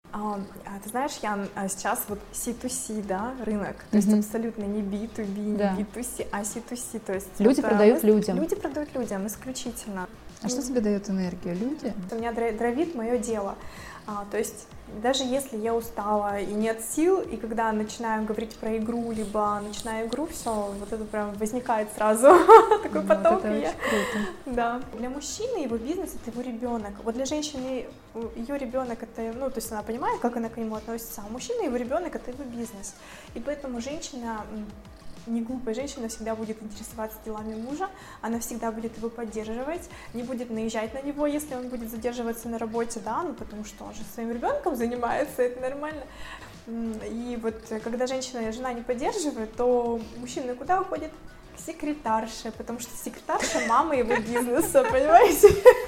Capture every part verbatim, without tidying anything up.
А, ты знаешь, Ян, сейчас вот си ту си, да, рынок, то Mm-hmm. есть абсолютно не би ту би, не да. би ту си, а си ту си, то есть люди вот, продают мы, людям. Люди продают людям исключительно. А что тебе дает энергию? Люди? У меня дровит мое дело. А, то есть даже если я устала и нет сил, и когда начинаю говорить про игру, либо начинаю игру, все, вот это прям возникает сразу такой поток. Вот это очень круто. Да. Для мужчины его бизнес — это его ребенок. Вот для женщины ее ребенок — это, ну, то есть она понимает, как она к нему относится, а мужчина — его ребенок — это его бизнес. И поэтому женщина, не глупая женщина, всегда будет интересоваться делами мужа, она всегда будет его поддерживать, не будет наезжать на него, если он будет задерживаться на работе, да, ну потому что он же своим ребенком занимается, это нормально. И вот когда женщина, жена не поддерживает, то мужчина куда уходит? К секретарше, потому что секретарша — мама его бизнеса, понимаете?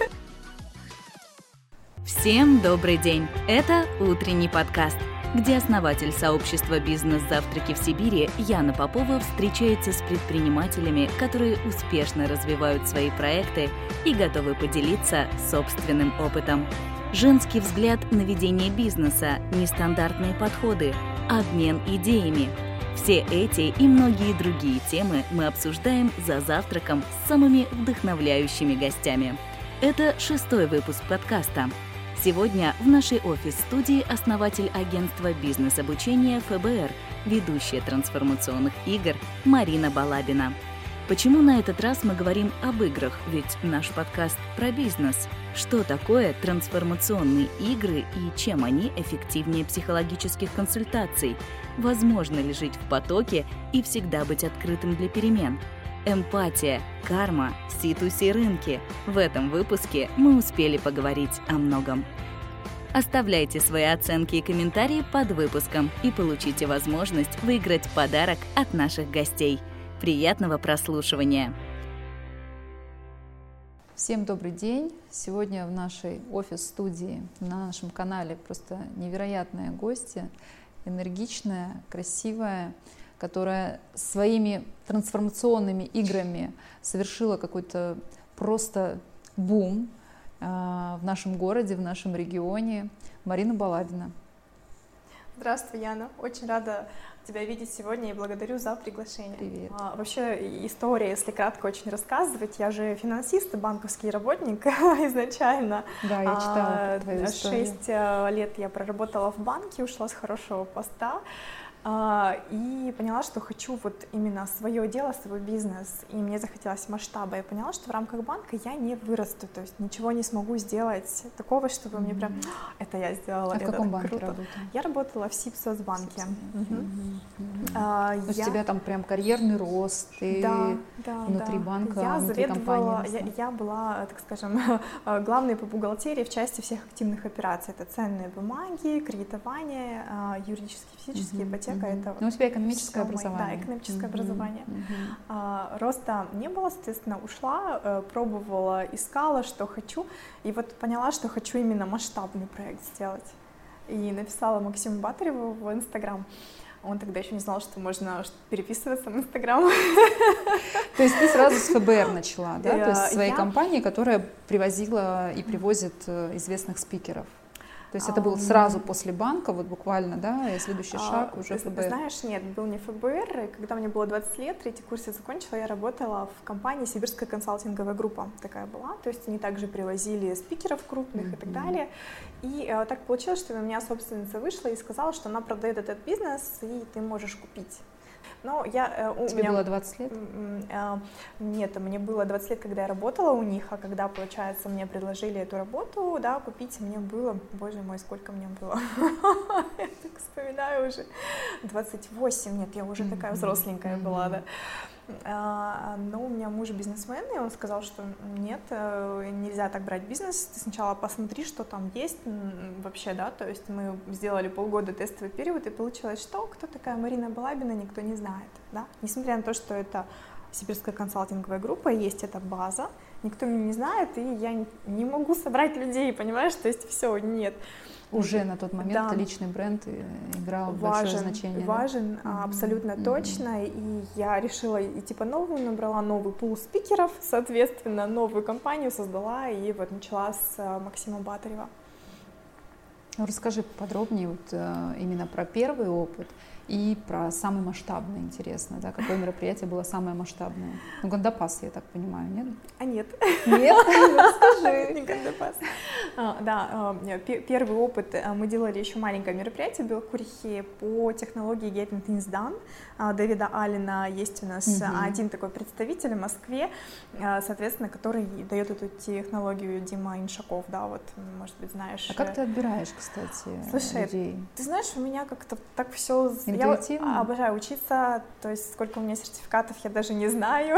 Всем добрый день! Это утренний подкаст, где основатель сообщества «Бизнес-завтраки в Сибири» Яна Попова встречается с предпринимателями, которые успешно развивают свои проекты и готовы поделиться собственным опытом. Женский взгляд на ведение бизнеса, нестандартные подходы, обмен идеями. Все эти и многие другие темы мы обсуждаем за завтраком с самыми вдохновляющими гостями. Это шестой выпуск подкаста. Сегодня в нашей офис-студии основатель агентства бизнес-обучения эф бэ эр, ведущая трансформационных игр Марина Балабина. Почему на этот раз мы говорим об играх? Ведь наш подкаст про бизнес. Что такое трансформационные игры и чем они эффективнее психологических консультаций? Возможно ли жить в потоке и всегда быть открытым для перемен? Эмпатия, карма, си ту си рынки. В этом выпуске мы успели поговорить о многом. Оставляйте свои оценки и комментарии под выпуском и получите возможность выиграть подарок от наших гостей. Приятного прослушивания! Всем добрый день! Сегодня в нашей офис-студии, на нашем канале просто невероятная гостья, энергичная, красивая, которая своими трансформационными играми совершила какой-то просто бум э, в нашем городе, в нашем регионе. Марина Балабина. Здравствуй, Яна. Очень рада тебя видеть сегодня и благодарю за приглашение. Привет. А, вообще история, если кратко очень рассказывать, я же финансист и банковский работник изначально. Да, я читала твою историю. Шесть лет я проработала в банке, ушла с хорошего поста. И поняла, что хочу вот именно свое дело, свой бизнес, и мне захотелось масштаба. Я поняла, что в рамках банка я не вырасту, то есть ничего не смогу сделать такого, чтобы mm-hmm. мне прям, это я сделала, а это в каком банке круто. работала? Я работала в Сибсоцбанке. Mm-hmm. Mm-hmm. А, то есть я... у тебя там прям карьерный рост, ты да, да, внутри да. банка, я внутри заведовала, компании. Я, я была, так скажем, главной по бухгалтерии в части всех активных операций. Это ценные бумаги, кредитование, юридические, физические, mm-hmm. ипотека. Mm-hmm. Это ну, у тебя экономическое Все образование. Мой, да, экономическое mm-hmm. образование. Mm-hmm. А, роста не было, соответственно, ушла, пробовала, искала, что хочу, и вот поняла, что хочу именно масштабный проект сделать. И написала Максиму Батареву в Инстаграм. Он тогда еще не знал, что можно переписываться в Инстаграм. То есть ты сразу с эф бэ эр начала, да? То есть своей Я... компании, которая привозила и привозит известных спикеров. То есть это было сразу после банка, вот буквально, да, и следующий шаг а, уже эф бэ эр? Знаешь, нет, был не эф бэ эр. Когда мне было двадцать лет, третий курс я закончила, я работала в компании «Сибирская консалтинговая группа», такая была. То есть они также привозили спикеров крупных mm-hmm. и так далее. И э, так получилось, что у меня собственница вышла и сказала, что она продает этот бизнес, и ты можешь купить. Но я, у Тебе меня, было двадцать лет? Нет, мне было двадцать лет, когда я работала у них, а когда, получается, мне предложили эту работу, да, купить, мне было, боже мой, сколько мне было, я так вспоминаю уже, двадцать восемь, нет, я уже такая взросленькая была, да. Но у меня муж бизнесмен, и он сказал, что нет, нельзя так брать бизнес, ты сначала посмотри, что там есть вообще, да, то есть мы сделали полгода тестовый период, и получилось, что кто такая Марина Балабина, никто не знает, да, несмотря на то, что это Сибирская консалтинговая группа, есть эта база, никто меня не знает, и я не могу собрать людей, понимаешь, то есть все, нет. Уже на тот момент да. личный бренд играл важен, большое значение. Важен, да? абсолютно mm-hmm. точно. И я решила идти по новому, набрала новый пул спикеров, соответственно, новую компанию создала и вот начала с Максима Батарева. Ну, расскажи подробнее вот, э, именно про первый опыт и про самый масштабный, интересно, да, какое мероприятие было самое масштабное? Ну, Гандапас, я так понимаю, нет? А нет. Нет? Расскажи. Не Гандапас. Да, первый опыт, мы делали еще маленькое мероприятие в Белокурихе по технологии Getting Things Done. Дэвида Аллена есть у нас uh-huh. один такой представитель в Москве, соответственно, который дает эту технологию, Дима Иншаков, да, вот, может быть, знаешь. А как ты отбираешь, кстати, Слушай, людей? Ты знаешь, у меня как-то так все... Интуитивно? Я обожаю учиться, то есть сколько у меня сертификатов, я даже не знаю.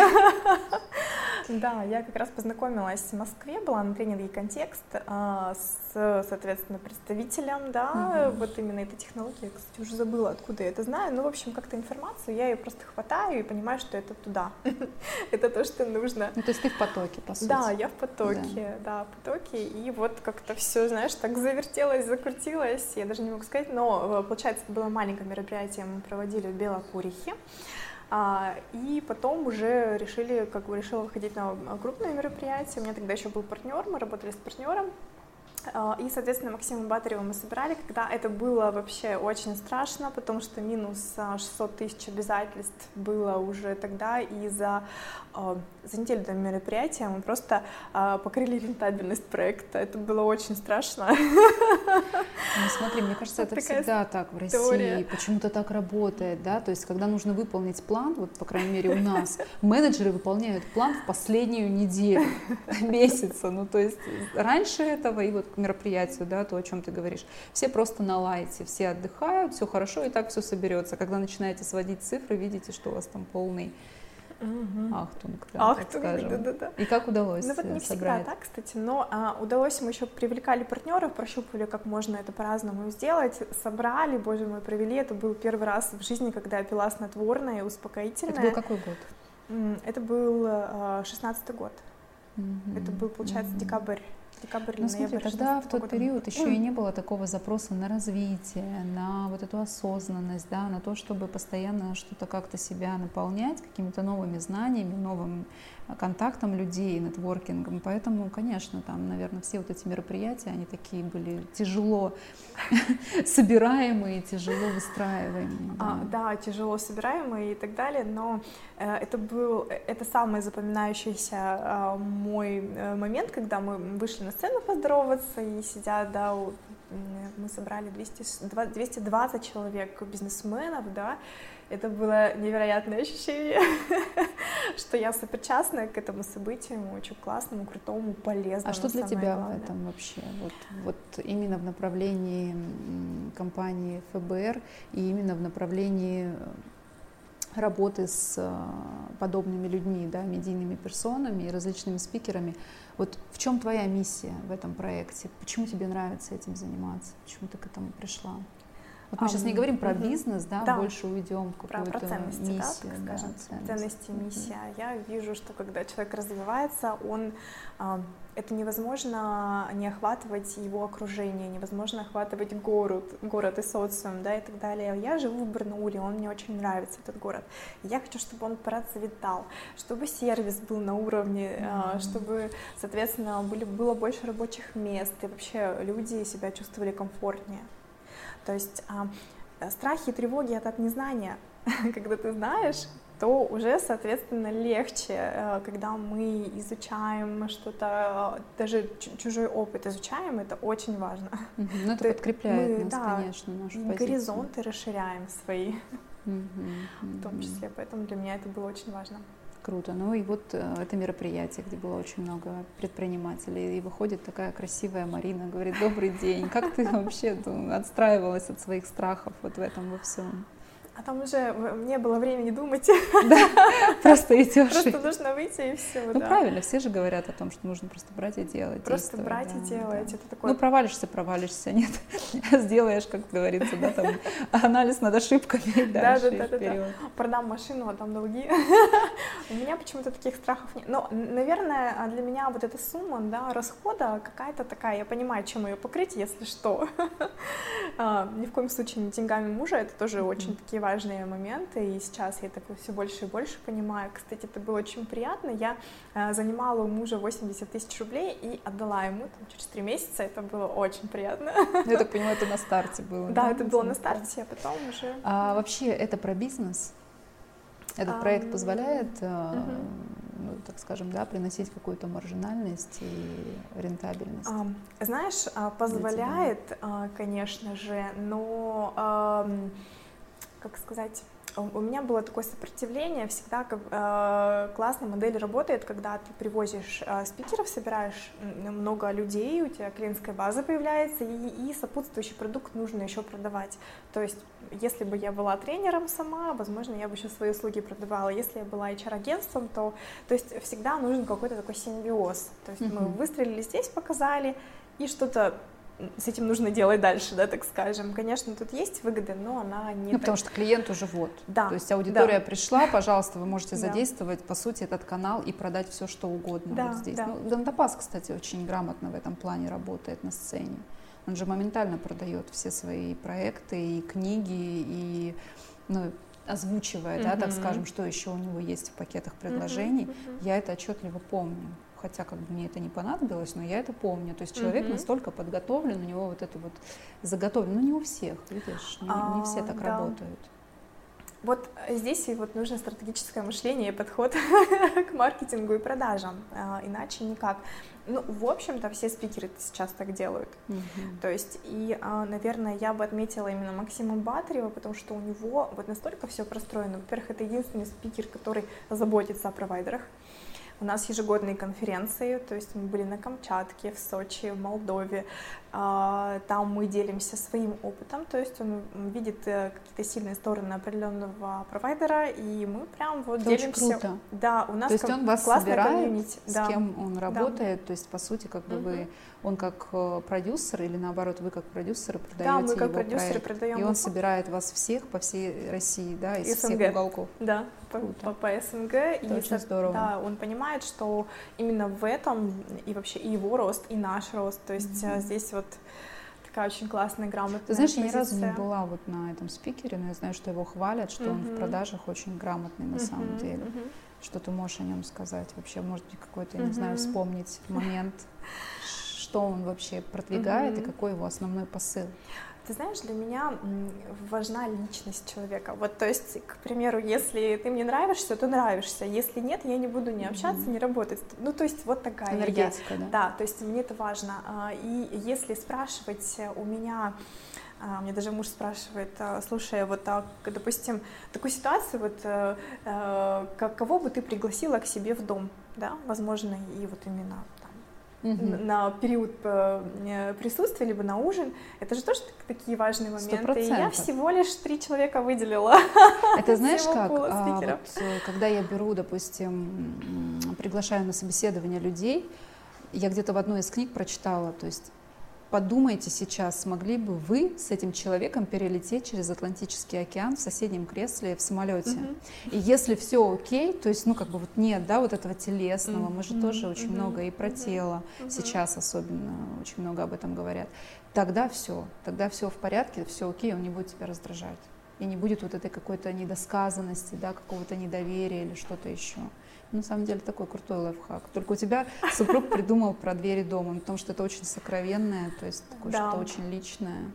Да, я как раз познакомилась в Москве, была на тренинге «Контекст» с, соответственно, представителем, да, uh-huh. вот именно этой технологии. Я, кстати, уже забыла, откуда я это знаю, но, в общем, как-то информацию, я ее просто хватаю и понимаю, что это туда, это то, что нужно. Ну, то есть ты в потоке, по сути. Да, я в потоке, да, в потоке, и вот как-то все, знаешь, так завертелось, закрутилось, я даже не могу сказать, но, получается, это было маленькое мероприятие, мы проводили в Белокурихе. А, и потом уже решили, как бы решила выходить на крупное мероприятие. У меня тогда еще был партнер, мы работали с партнером. А, и, соответственно, Максима Батарева мы собирали, когда это было вообще очень страшно, потому что минус шестьсот тысяч обязательств было уже тогда, и за, за неделю до мероприятия мы просто покрыли рентабельность проекта. Это было очень страшно. Ну, смотри, мне кажется, это всегда так в России, почему-то так работает, да, то есть когда нужно выполнить план, вот, по крайней мере, у нас, менеджеры выполняют план в последнюю неделю месяца, ну, то есть раньше этого и вот к мероприятию, да, то, о чем ты говоришь, все просто на лайте, все отдыхают, все хорошо, и так все соберется. Когда начинаете сводить цифры, видите, что у вас там полный Угу. ахтунг, да, Ахтунг, так скажем. Да, да, да. И как удалось Ну вот не собрать? всегда так, кстати, но а, удалось, мы еще привлекали партнеров, прощупывали, как можно это по-разному сделать, собрали, боже мой, провели. Это был первый раз в жизни, когда я пила снотворное, успокоительное. Это был какой год? Это был шестнадцатый год. Mm-hmm. Это был, получается, mm-hmm. декабрь. Декабрь, ну, смотри, тогда в тот года. период еще и не было такого запроса на развитие, на вот эту осознанность, да, на то, чтобы постоянно что-то как-то себя наполнять какими-то новыми знаниями, новым контактом людей, нетворкингом. Поэтому, конечно, там, наверное, все вот эти мероприятия, они такие были тяжело собираемые, тяжело выстраиваемые. Да. А, да, тяжело собираемые и так далее, но э, это был, это самый запоминающийся э, мой э, момент, когда мы вышли на сцену поздороваться и сидят, да, у, мы собрали двести двадцать человек бизнесменов, да, это было невероятное ощущение, что я сопричастна к этому событию, очень классному, крутому, полезному. А что для тебя главное. в этом вообще? Вот, вот именно в направлении компании эф бэ эр и именно в направлении работы с подобными людьми, да, медийными персонами и различными спикерами. Вот в чем твоя миссия в этом проекте? Почему тебе нравится этим заниматься? Почему ты к этому пришла? Вот мы а, сейчас не говорим про угу. бизнес, да, да, больше уйдем в какую-то про, про ценности, миссию. Да, скажем, да, ценности, ценности миссия. Угу. Я вижу, что когда человек развивается, он, э, это невозможно не охватывать его окружение, невозможно охватывать город, город и социум, да, и так далее. Я живу в Барнауле, он мне очень нравится, этот город. Я хочу, чтобы он процветал, чтобы сервис был на уровне, э, чтобы, соответственно, были, было больше рабочих мест, и вообще люди себя чувствовали комфортнее. То есть а, страхи и тревоги — это от незнания. Когда ты знаешь, то уже, соответственно, легче. Когда мы изучаем что-то, даже чужой опыт изучаем, это очень важно. Угу, ну, это подкрепляет мы, нас, да, конечно, нашу позицию. Горизонты расширяем свои, угу, в том числе. Поэтому для меня это было очень важно. Круто. Ну и вот э, это мероприятие, где было очень много предпринимателей, и выходит такая красивая Марина, говорит: добрый день, как ты вообще отстраивалась от своих страхов вот в этом во всем? А там уже не было времени думать. Да, просто идешь. Просто нужно выйти и все. Ну правильно, все же говорят о том, что нужно просто брать и делать. Просто брать и делать. Это такое. Ну провалишься, провалишься, нет. Сделаешь, как говорится, да, там анализ над ошибками и дальше вперед. Продам машину, а там долги. У меня почему-то таких страхов нет. Но, наверное, для меня вот эта сумма, да, расхода какая-то такая, я понимаю, чем ее покрыть, если что. а, ни в коем случае не деньгами мужа, это тоже mm-hmm. очень такие важные моменты, и сейчас я такое все больше и больше понимаю. Кстати, это было очень приятно, я а, занимала у мужа восемьдесят тысяч рублей и отдала ему там, через три месяца, это было очень приятно. Я так понимаю, это на старте было. Да, да это было на старте, а потом уже... А вообще это про бизнес? Этот um, проект позволяет, uh-huh. ну, так скажем, да, приносить какую-то маржинальность и рентабельность? Um, знаешь, позволяет, конечно же, но, um, как сказать, у меня было такое сопротивление, всегда как, э, классная модель работает, когда ты привозишь э, спикеров, собираешь много людей, у тебя клиентская база появляется, и, и сопутствующий продукт нужно еще продавать. То есть, если бы я была тренером сама, возможно, я бы еще свои услуги продавала. Если я была эйч ар-агентством, то, то есть всегда нужен какой-то такой симбиоз. То есть mm-hmm. мы выстрелили здесь, показали, и что-то с этим нужно делать дальше, да, так скажем. Конечно, тут есть выгода, но она не... Ну, так... потому что клиент уже вот. Да. То есть аудитория да. пришла, пожалуйста, вы можете да. задействовать, по сути, этот канал и продать все, что угодно да, вот здесь. Да. Ну, Дантапас, кстати, очень грамотно в этом плане работает на сцене. Он же моментально продает все свои проекты и книги, и, ну, озвучивая, mm-hmm. да, так скажем, что еще у него есть в пакетах предложений. Mm-hmm. Я это отчетливо помню. Хотя как бы мне это не понадобилось, но я это помню. То есть человек mm-hmm. настолько подготовлен, у него вот это вот заготовлено. Ну не у всех, видишь, не, а, не все так да. работают. Вот здесь и вот нужно стратегическое мышление и подход к маркетингу и продажам, а, иначе никак. Ну, в общем-то, все спикеры сейчас так делают. Mm-hmm. То есть, и, а, наверное, я бы отметила именно Максима Батарева, потому что у него вот настолько все простроено. Во-первых, это единственный спикер, который заботится о провайдерах. У нас ежегодные конференции, то есть мы были на Камчатке, в Сочи, в Молдове, там мы делимся своим опытом, то есть он видит какие-то сильные стороны определенного провайдера, и мы прям вот это делимся. Очень круто. Да, у нас то есть он вас классная собирает, комьюнити. с Да. кем он работает, да. то есть по сути как бы угу. вы, он как продюсер или наоборот вы как продюсеры продаете да, мы как его продюсеры проект, продаем и он его. собирает вас всех по всей России, да, из СНГ. всех уголков. Да, по, по, по СНГ. Это и очень здорово. Да, он понимает, что именно в этом и вообще и его рост, и наш рост, то есть mm-hmm. здесь вот такая очень классная, грамотная Ты знаешь, позиция. я ни разу не была вот на этом спикере, но я знаю, что его хвалят, что mm-hmm. он в продажах очень грамотный на mm-hmm. самом деле. Mm-hmm. Что ты можешь о нем сказать? Вообще, может быть, какой-то, я mm-hmm. не знаю, вспомнить момент, что он вообще продвигает mm-hmm. и какой его основной посыл? Ты знаешь, для меня важна личность человека. Вот, то есть, к примеру, если ты мне нравишься, то нравишься. Если нет, я не буду ни общаться, mm-hmm. ни работать. Ну, то есть, вот такая энергетика, я. да? Да, то есть, мне это важно. И если спрашивать у меня... Мне даже муж спрашивает, слушай, вот, допустим, такую ситуацию, вот, кого бы ты пригласила к себе в дом, да, возможно, и вот именно Uh-huh. на период присутствия, либо на ужин, это же тоже такие важные моменты. сто процентов. И я всего лишь три человека выделила. Это знаешь как, а, вот, когда я беру, допустим, приглашаю на собеседование людей, я где-то в одной из книг прочитала, то есть подумайте сейчас, смогли бы вы с этим человеком перелететь через Атлантический океан в соседнем кресле в самолете? Uh-huh. И если все окей, то есть, ну, как бы вот нет, да, вот этого телесного, uh-huh. мы же тоже очень uh-huh. много и про uh-huh. тело, uh-huh. сейчас особенно очень много об этом говорят, тогда все, тогда все в порядке, все окей, он не будет тебя раздражать. И не будет вот этой какой-то недосказанности, да, какого-то недоверия или что-то еще. На самом деле такой крутой лайфхак. Только у тебя супруг придумал про двери дома, потому что это очень сокровенное, то есть такое да. что-то очень личное.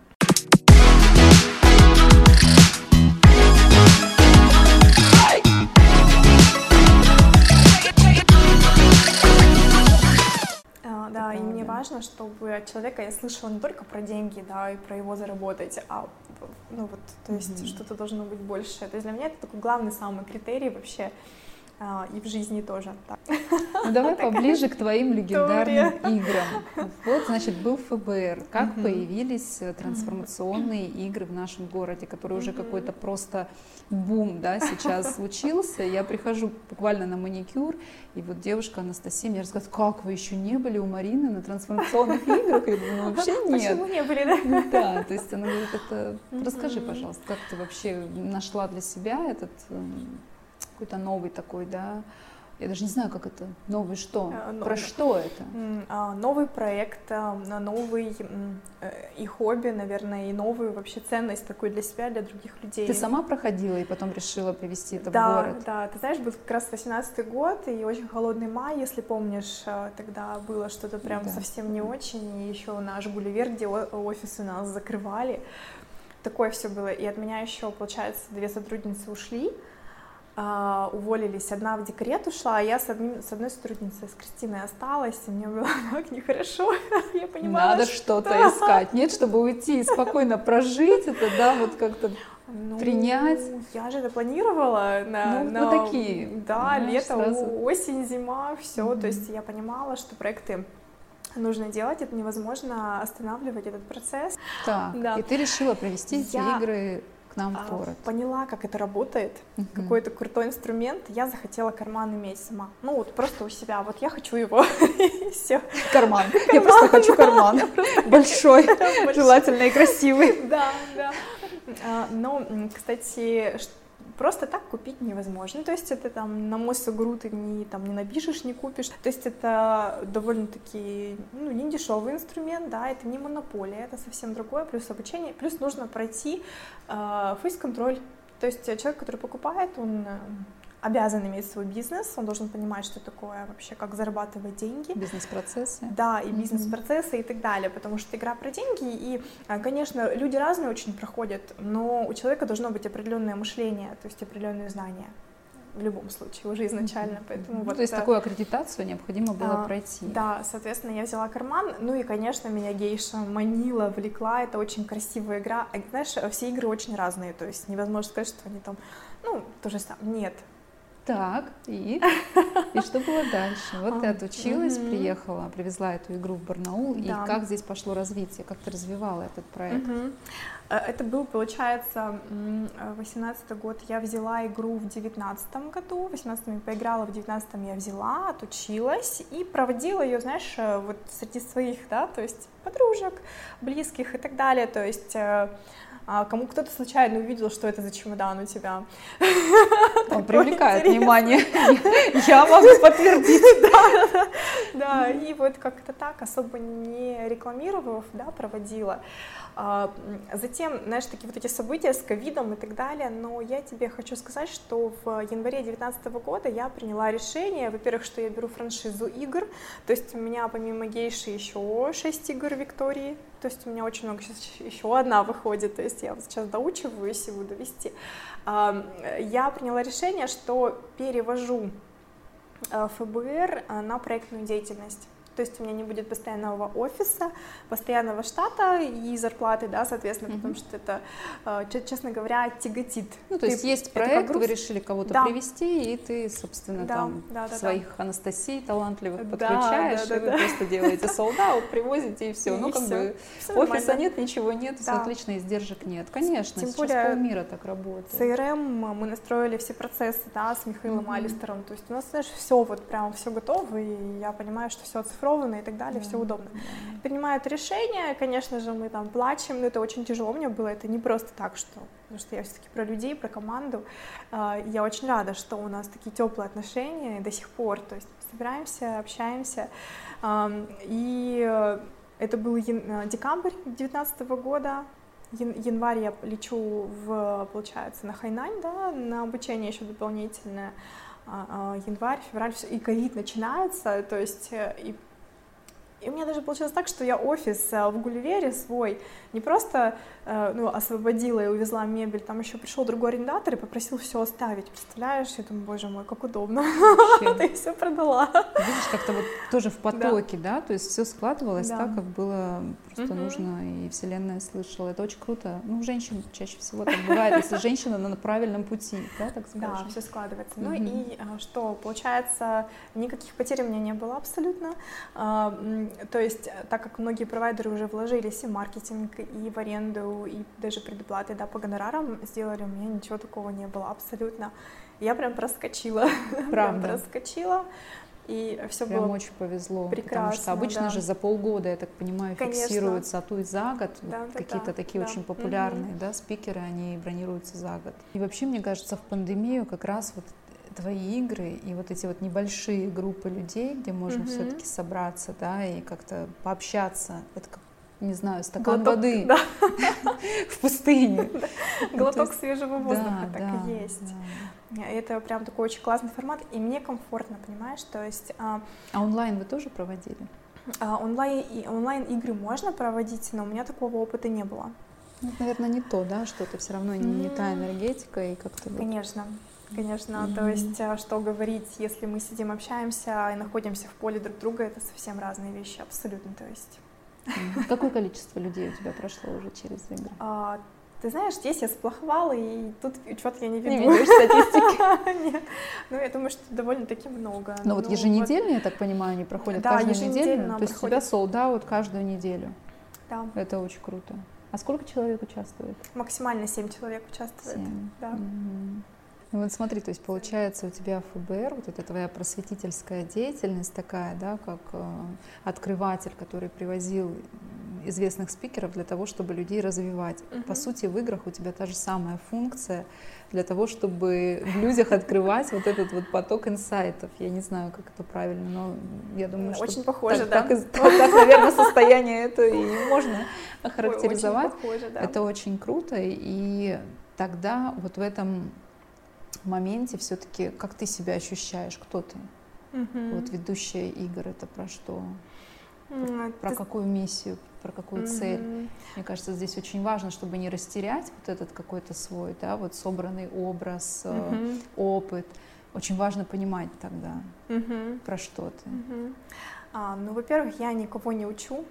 А, да, и мне важно, чтобы от человека я слышала не только про деньги, да, и про его заработать, а ну вот, то есть mm-hmm. что-то должно быть больше. То есть для меня это такой главный самый критерий вообще. И в жизни тоже. Ну давай поближе к твоим легендарным играм. Вот, значит, был эф бэ эр. Как uh-huh. появились трансформационные uh-huh. игры в нашем городе, который uh-huh. уже какой-то просто бум, да, сейчас случился. Я прихожу буквально на маникюр, и вот девушка Анастасия мне рассказывает, как вы еще не были у Марины на трансформационных играх? Я говорю, ну вообще нет. Почему не были, да? Да, то есть она говорит, это... Расскажи, пожалуйста, как ты вообще нашла для себя этот... какой-то новый такой, да, Я даже не знаю, как это. Новый что? Uh, Про no, что это? Uh, новый проект, uh, новый uh, и хобби, наверное, и новую вообще ценность такую для себя, для других людей. Ты сама проходила и потом решила привезти это да, в город? Да, ты знаешь, был как раз восемнадцатый год и очень холодный май, если помнишь, тогда было что-то прям да. совсем не очень, и еще наш Гулливер, где офисы нас закрывали, такое все было. И от меня еще, получается, две сотрудницы ушли, Uh, уволились, одна в декрет ушла, а я с, одним, с одной сотрудницей, с Кристиной осталась, и мне было так нехорошо, я понимала, Надо что... что-то искать, нет, чтобы уйти и спокойно прожить это, да, вот как-то ну, принять. Я же это планировала на, ну, на вот такие, да, лето, сразу. осень, зима, все, Mm-hmm. то есть я понимала, что проекты нужно делать, это невозможно останавливать этот процесс. Так, да. И ты решила провести эти я... игры к нам в город. Поняла, как это работает, uh-huh. какой-то крутой инструмент. Я захотела карман иметь сама. Ну вот просто у себя. Вот я хочу его. Все. Карман. Я просто хочу карман. Большой, желательно и красивый. Да, да. Но, кстати, просто так купить невозможно. То есть это там на мой сугру ты не, там, не напишешь, не купишь. То есть это довольно-таки ну, не дешевый инструмент, да, это не монополия, это совсем другое, плюс обучение, плюс нужно пройти э, фейс-контроль. То есть человек, который покупает, он обязан иметь свой бизнес, он должен понимать, что такое вообще, как зарабатывать деньги. Бизнес-процессы. Да, и бизнес-процессы mm-hmm. и так далее, потому что игра про деньги, и, конечно, люди разные очень проходят, но у человека должно быть определенное мышление, то есть определенные знания в любом случае, уже изначально, mm-hmm. поэтому ну, вот... То есть такую аккредитацию необходимо было а, пройти. Да, соответственно, я взяла карман, ну и, конечно, меня гейша манила, влекла, это очень красивая игра, а, знаешь, все игры очень разные, то есть невозможно сказать, что они там, ну, то же самое, нет. Так, и? И что было дальше? Вот ты отучилась, mm-hmm. приехала, привезла эту игру в Барнаул, да. И как здесь пошло развитие, как ты развивала этот проект? Mm-hmm. Это был, получается, восемнадцатый год, я взяла игру в девятнадцатом году, в восемнадцатом я поиграла, в девятнадцатом я взяла, отучилась и проводила ее, знаешь, вот среди своих, да, то есть подружек, близких и так далее, то есть... Кому кто-то случайно увидел, что это за чемодан у тебя. Он привлекает внимание. Я могу подтвердить. Да, да, и вот как-то так, особо не рекламировав, да, проводила. Затем, знаешь, такие вот эти события с ковидом и так далее, но я тебе хочу сказать, что в январе две тысячи девятнадцатого года я приняла решение, во-первых, что я беру франшизу игр, то есть у меня помимо гейши еще шесть игр Виктории, то есть у меня очень много, сейчас еще одна выходит, то есть я вот сейчас доучиваюсь и буду вести. Я приняла решение, что перевожу эф бэ эр на проектную деятельность. То есть у меня не будет постоянного офиса, постоянного штата и зарплаты, да, соответственно, mm-hmm. потому что это, честно говоря, тяготит. Ну, то ты, есть есть проект, вы решили кого-то да. привести, и ты, собственно, да, там да, да, своих да. Анастасий талантливых да, подключаешь, да, да, и вы да. просто делаете солд-аут, привозите, и все. И ну, как все. бы все офиса нормально. Нет, ничего нет, да. отлично, издержек нет. Конечно, Тем сейчас полмира так работает. си эр эм мы настроили все процессы, да, с Михаилом mm-hmm. Алистером, то есть у нас, знаешь, все вот прям все готово, и я понимаю, что все оцифровано, и так далее, yeah. все удобно. Yeah. Принимают решение, конечно же, мы там плачем, но это очень тяжело мне было, это не просто так, что, потому что я все-таки про людей, про команду. Я очень рада, что у нас такие теплые отношения до сих пор, то есть собираемся, общаемся, и это был декабрь две тысячи девятнадцатого года, январь я лечу в, получается, на Хайнань, да, на обучение еще дополнительное, январь, февраль, все, и ковид начинается, то есть и И у меня даже получилось так, что я офис в Гулливере свой не просто ну, освободила и увезла мебель, там еще пришел другой арендатор и попросил все оставить. Представляешь? Я думаю, боже мой, как удобно. Ты все продала. Видишь, как-то вот тоже в потоке, да? То есть все складывалось так, как было просто нужно, и Вселенная слышала. Это очень круто. Ну, у женщин чаще всего так бывает, если женщина на правильном пути, да, так скажем. Да, все складывается. Ну и что, получается, никаких потерь у меня не было абсолютно. То есть, так как многие провайдеры уже вложились и в маркетинг, и в аренду, и даже предоплаты, да, по гонорарам сделали, у меня ничего такого не было абсолютно. Я прям проскочила, прям проскочила, и все прям было очень повезло, прекрасно, потому что обычно да. же за полгода, я так понимаю, Конечно. фиксируются, а то и за год, да, вот да, какие-то да, такие да. очень популярные, mm-hmm. да, спикеры, они бронируются за год. И вообще, мне кажется, в пандемию как раз вот твои игры и вот эти вот небольшие группы людей, где можно mm-hmm. все-таки собраться, да, и как-то пообщаться, это как, не знаю, стакан глоток, воды да. в пустыне. Глоток свежего воздуха, да, так да, и есть. Да. Это прям такой очень классный формат, и мне комфортно, понимаешь, то есть... А онлайн вы тоже проводили? Онлайн, онлайн игры можно проводить, но у меня такого опыта не было. Ну, это, наверное, не то, да, что это все равно не, не та энергетика и как-то... Конечно, конечно, mm-hmm. то есть что говорить, если мы сидим, общаемся и находимся в поле друг друга, это совсем разные вещи, абсолютно, то есть... Mm-hmm. Какое количество людей у тебя прошло уже через игры? А, ты знаешь, здесь я сплоховала, и тут что-то я не веду. Не ведешь статистики? Нет, ну я думаю, что довольно-таки много. Но вот еженедельно, я так понимаю, они проходят каждую неделю? То есть у тебя солд-аут каждую неделю? Да. Это очень круто. А сколько человек участвует? Максимально семь человек участвует. семь. Да. Mm-hmm. Ну вот смотри, то есть получается у тебя ФБР, вот эта твоя просветительская деятельность такая, да, как э, открыватель, который привозил известных спикеров для того, чтобы людей развивать. Uh-huh. По сути, в играх у тебя та же самая функция для того, чтобы в людях открывать вот этот вот поток инсайтов. Я не знаю, как это правильно, но я думаю, что очень похоже, так, да. Так, так, так, наверное, состояние это и можно охарактеризовать. Очень похоже, да. Это очень круто, и тогда вот в этом моменте все-таки как ты себя ощущаешь, кто ты? Uh-huh. Вот ведущая игр это про что? Uh-huh. Про ты... какую миссию, про какую uh-huh. цель? Мне кажется, здесь очень важно, чтобы не растерять вот этот какой-то свой, да, вот собранный образ, uh-huh. опыт. Очень важно понимать тогда, uh-huh. про что ты. Uh-huh. А, ну, во-первых, я никого не учу,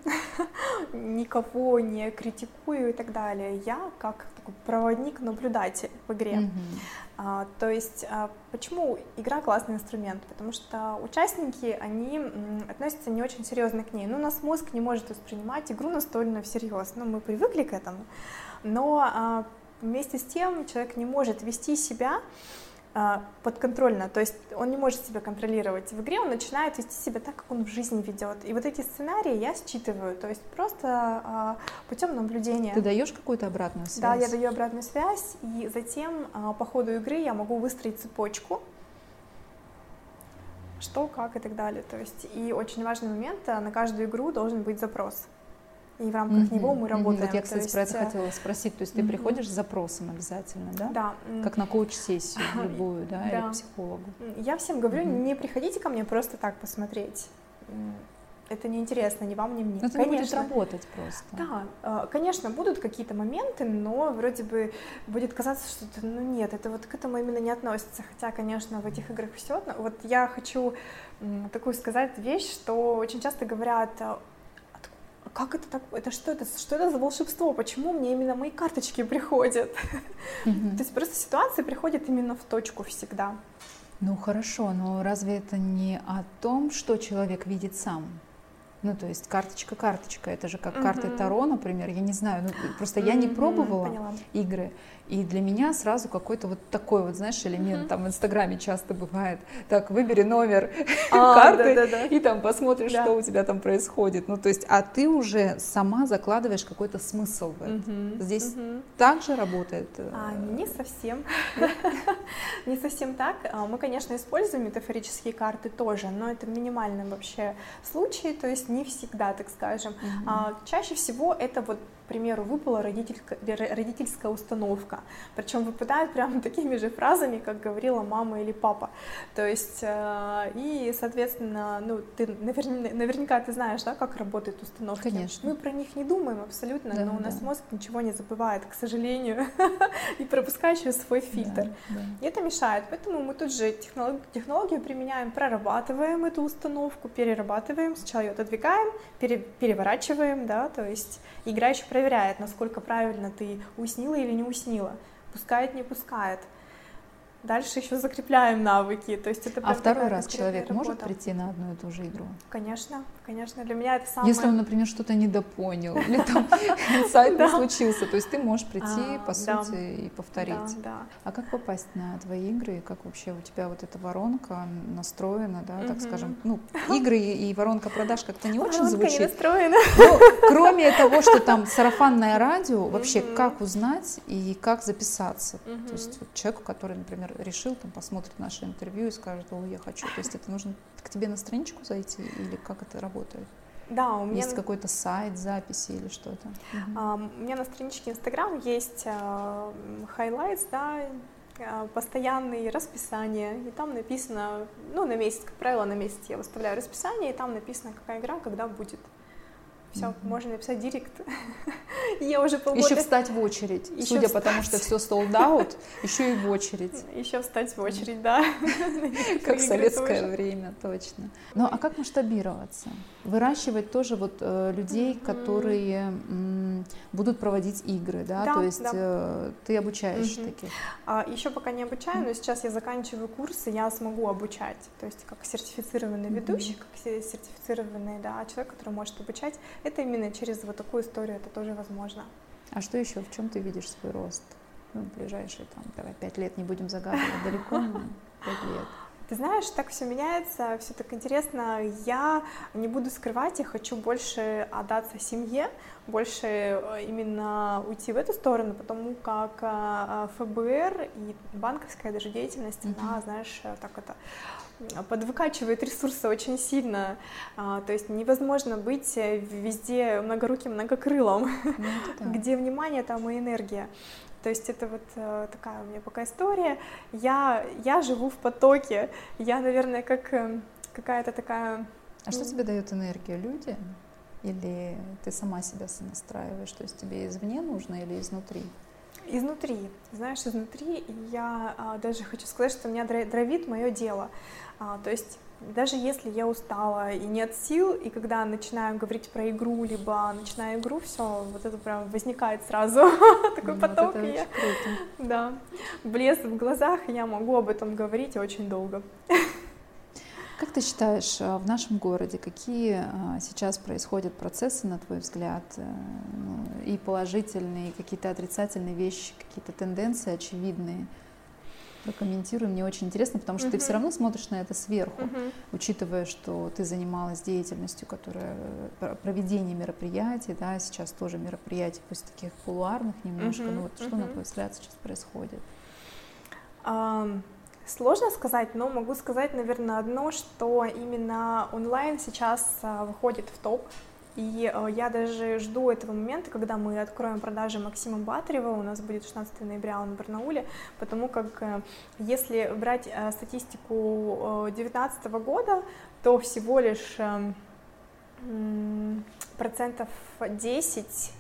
никого не критикую и так далее. Я как такой проводник-наблюдатель в игре. Mm-hmm. А, то есть, а, почему игра классный инструмент? Потому что участники, они м, относятся не очень серьезно к ней. Ну, у нас мозг не может воспринимать игру настолько всерьез. Ну, мы привыкли к этому. Но а, вместе с тем человек не может вести себя подконтрольно, то есть он не может себя контролировать. В игре он начинает вести себя так, как он в жизни ведет. И вот эти сценарии я считываю, то есть просто а, путем наблюдения. Ты даешь какую-то обратную связь? Да, я даю обратную связь, и затем а, по ходу игры я могу выстроить цепочку, что, как и так далее. То есть и очень важный момент, на каждую игру должен быть запрос. И в рамках mm-hmm. него мы работаем. Mm-hmm. Вот я, кстати, есть... про это хотела спросить. То есть ты mm-hmm. приходишь с запросом обязательно, да? Да. Как на коуч-сессию любую, да, да. или психологу? Я всем говорю, mm-hmm. не приходите ко мне просто так посмотреть. Это неинтересно ни вам, ни мне. Но ты не будешь работать просто. Да, конечно, будут какие-то моменты, но вроде бы будет казаться, что это, ну нет, это вот к этому именно не относится. Хотя, конечно, в этих играх все. Вот я хочу такую сказать вещь, что очень часто говорят: как это так? Это что это? Что это за волшебство? Почему мне именно мои карточки приходят? Mm-hmm. То есть просто ситуация приходит именно в точку всегда. Ну хорошо, но разве это не о том, что человек видит сам? Ну, то есть карточка, карточка, это же как uh-huh. карты Таро, например, я не знаю, ну, просто uh-huh. я не пробовала Поняла. игры, и для меня сразу какой-то вот такой вот, знаешь, элемент, uh-huh. там в Инстаграме часто бывает, так, выбери номер а, карты, да, да, да. и там посмотришь, да. что у тебя там происходит, ну, то есть, а ты уже сама закладываешь какой-то смысл в это. Uh-huh. Здесь uh-huh. так же работает? А, не совсем, не совсем так, мы, конечно, используем метафорические карты тоже, но это минимальный вообще случай, то есть не всегда, так скажем. Mm-hmm. А, чаще всего это вот, к примеру, выпала родительская, родительская установка. Причем выпадают прямо такими же фразами, как говорила мама или папа. То есть, э, и, соответственно, ну, ты наверня, наверняка ты знаешь, да, как работают установки. Конечно. Мы про них не думаем абсолютно, да, но у нас да. мозг ничего не забывает, к сожалению, и пропускает через свой фильтр. Да, да. И это мешает. Поэтому мы тут же технологию, технологию применяем, прорабатываем эту установку, перерабатываем, сначала ее отодвигаем, пере, переворачиваем, да, то есть игра еще проверяет, насколько правильно ты уяснила или не уяснила, пускает, не пускает. Дальше еще закрепляем навыки. То есть это а второй раз человек работа. может прийти на одну и ту же игру? Конечно, конечно. Для меня это самое... Если он, например, что-то недопонял, или там инсайт не случился, то есть ты можешь прийти, по сути, и повторить. А как попасть на твои игры, и как вообще у тебя вот эта воронка настроена, да, так скажем, ну, игры и воронка продаж как-то не очень звучит. Воронка не настроена. Кроме того, что там сарафанное радио, вообще как узнать и как записаться? То есть человеку, который, например, например, решил, там, посмотрит наше интервью и скажет: о, я хочу. То есть это нужно к тебе на страничку зайти или как это работает? Да, у меня есть какой-то сайт, записи или что-то? А, uh, у меня на страничке Инстаграм есть uh, highlights, да, uh, постоянные расписания, и там написано, ну, на месяц, как правило, на месяц я выставляю расписание, и там написано, какая игра, когда будет. Все, mm-hmm. можно написать директ. Я уже полгода... Еще встать в очередь, еще судя по тому, что все sold out, еще и в очередь. Еще встать в очередь, да. Как в советское время, точно. Ну, а как масштабироваться? Выращивать тоже вот э, людей, mm-hmm. которые м, будут проводить игры, да? Да, то есть да. э, ты обучаешь mm-hmm. таких? А, еще пока не обучаю, но сейчас я заканчиваю курсы, я смогу обучать. То есть как сертифицированный ведущий, mm-hmm. как сертифицированный, да, человек, который может обучать. Это именно через вот такую историю, это тоже возможно. А что еще, в чем ты видишь свой рост? Ну, в ближайшие, там, давай, пять лет не будем загадывать, далеко, но пять лет. Ты знаешь, так все меняется, все так интересно. Я не буду скрывать, я хочу больше отдаться семье, больше именно уйти в эту сторону, потому как эф бэ эр и банковская даже деятельность, mm-hmm. она, знаешь, так это подвыкачивает ресурсы очень сильно. А, то есть невозможно быть везде многоруким, многокрылым, mm-hmm. где внимание, там и энергия. То есть это вот э, такая у меня пока история. Я, я живу в потоке. Я, наверное, как э, какая-то такая... А что тебе дает энергию? Люди? Или ты сама себя сонастраиваешь? То есть тебе извне нужно или изнутри? Изнутри. Знаешь, изнутри. Я а, даже хочу сказать, что меня дровит мое дело. А, то есть даже если я устала и нет сил, и когда начинаю говорить про игру, либо начинаю игру, все, вот это прям возникает сразу такой вот поток. Это и я, круто. Да, блеск в глазах, и я могу об этом говорить очень долго. Как ты считаешь, в нашем городе какие сейчас происходят процессы, на твой взгляд, и положительные, и какие-то отрицательные вещи, какие-то тенденции очевидные? Прокомментируй, мне очень интересно, потому что uh-huh. ты все равно смотришь на это сверху, uh-huh. учитывая, что ты занималась деятельностью, которая проведение мероприятий, да, сейчас тоже мероприятий, пусть таких кулуарных немножко, uh-huh. ну вот uh-huh. что, на твой взгляд, сейчас происходит? Um... Сложно сказать, но могу сказать, наверное, одно, что именно онлайн сейчас а, выходит в топ. И а, я даже жду этого момента, когда мы откроем продажи Максима Батарева, у нас будет шестнадцатого ноября он в Барнауле, потому как а, если брать а, статистику две тысячи девятнадцатого года, то всего лишь а, м, процентов десять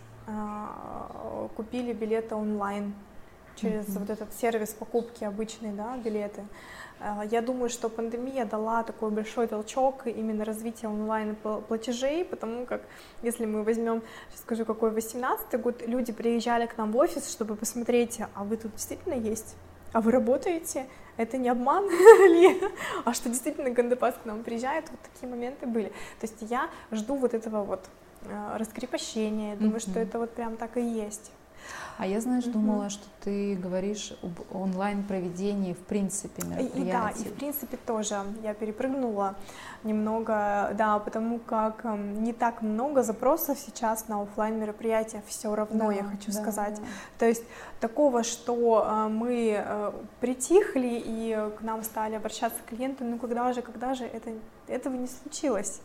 а, купили билеты онлайн. Через mm-hmm. вот этот сервис покупки обычные, да, билеты. Я думаю, что пандемия дала такой большой толчок именно развитию онлайн-платежей, потому как, если мы возьмем, сейчас скажу, какой восемнадцатый год, люди приезжали к нам в офис, чтобы посмотреть, а вы тут действительно есть? А вы работаете? Это не обман ли? А что действительно Гандапас к нам приезжает? Вот такие моменты были. То есть я жду вот этого вот раскрепощения, думаю, mm-hmm. что это вот прям так и есть. А я, знаешь, uh-huh. думала, что ты говоришь об онлайн-проведении в принципе мероприятий. И, да, и в принципе тоже я перепрыгнула немного, да, потому как не так много запросов сейчас на офлайн мероприятия, все равно, да, я хочу да, сказать. Да. То есть такого, что мы притихли и к нам стали обращаться клиенты, ну когда же, когда же, это, этого не случилось.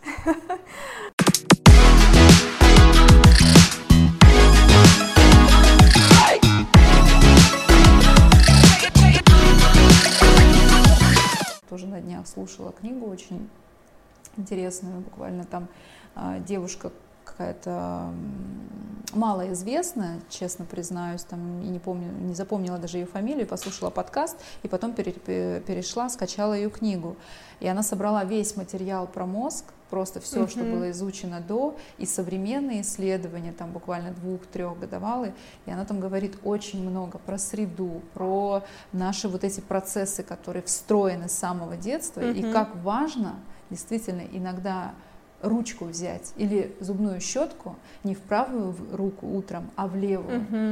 Тоже на днях слушала книгу очень интересную, буквально там э, девушка какая-то э, малоизвестная, честно признаюсь, там и не помню, не запомнила даже ее фамилию, послушала подкаст и потом пере, перешла, скачала ее книгу. И она собрала весь материал про мозг, просто все, mm-hmm. что было изучено до, и современные исследования, там буквально двух-трехгодовалые, и она там говорит очень много про среду, про наши вот эти процессы, которые встроены с самого детства, mm-hmm. и как важно действительно иногда ручку взять или зубную щетку не в правую руку утром, а в левую. Mm-hmm.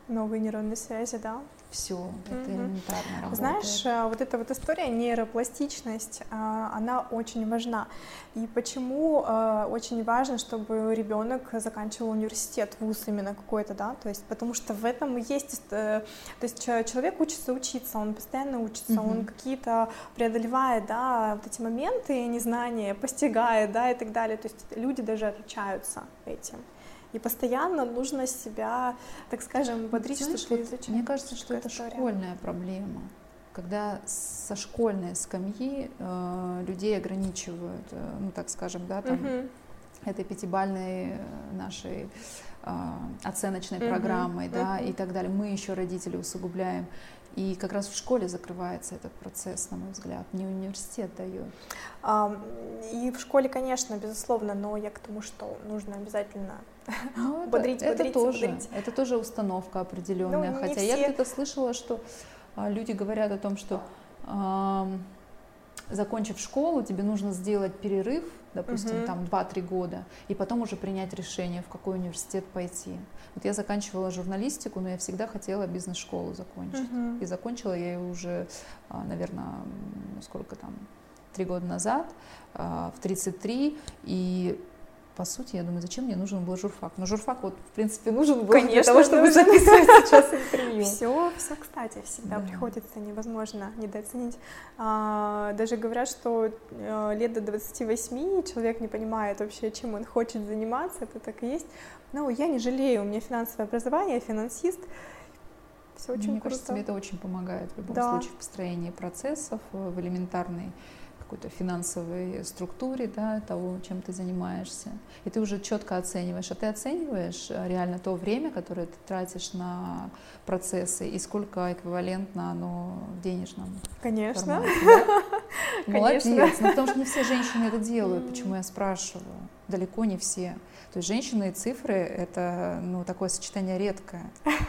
Новые нейронные связи, да. Все, это Мгм. элементарно работает. Знаешь, э, вот эта вот история, нейропластичность, а, она очень важна. И почему э, очень важно, чтобы ребенок заканчивал университет, вуз именно какой-то, да, то есть потому что в этом и есть, э, то есть че- человек учится учиться, он постоянно учится, Мгм. он какие-то преодолевает, да, вот эти моменты незнания, постигает, да, и так далее, то есть люди даже отличаются этим. И постоянно нужно себя, так скажем, бодрить, Знаешь, что ты вот изучаешь. мне кажется, что Такая это история. школьная проблема, когда со школьной скамьи э, людей ограничивают, э, ну так скажем, да, там Мгм. этой пятибалльной э, нашей э, оценочной Мгм, программой, да, мгм. и так далее. Мы еще родители усугубляем. И как раз в школе закрывается этот процесс, на мой взгляд, не университет дает. А, И в школе, конечно, безусловно, но я к тому, что нужно обязательно Ну, это, бодрить, это бодрить, тоже, бодрить. это тоже установка определенная. Ну, не Хотя я все. где-то слышала, что а, люди говорят о том, что ам, закончив школу, тебе нужно сделать перерыв, допустим, Мгм. там два-три года, и потом уже принять решение, в какой университет пойти. Вот я заканчивала журналистику, но я всегда хотела бизнес-школу закончить. Мгм. И закончила я ее уже, наверное, сколько там, три года назад, а, в тридцать три, и по сути, я думаю, зачем мне нужен был журфак? Но журфак вот, в принципе, нужен был Конечно, для того, чтобы нужен. записывать сейчас интервью. Все, все, кстати, всегда Да. приходится, невозможно недооценить. А, даже говорят, что э, лет до двадцати восьми человек не понимает вообще, чем он хочет заниматься, это так и есть. Но я не жалею, у меня финансовое образование, я финансист, все очень Мне круто. кажется, тебе это очень помогает в любом Да. случае в построении процессов, в элементарной какой-то финансовой структуре, да, того, чем ты занимаешься. И ты уже четко оцениваешь. А ты оцениваешь реально то время, которое ты тратишь на процессы, и сколько эквивалентно оно в денежном Конечно. формате, да? Конечно. Молодец. Ну, потому что не все женщины это делают. Почему я спрашиваю? Далеко не все. То есть женщины и цифры — это, ну, такое сочетание редкое.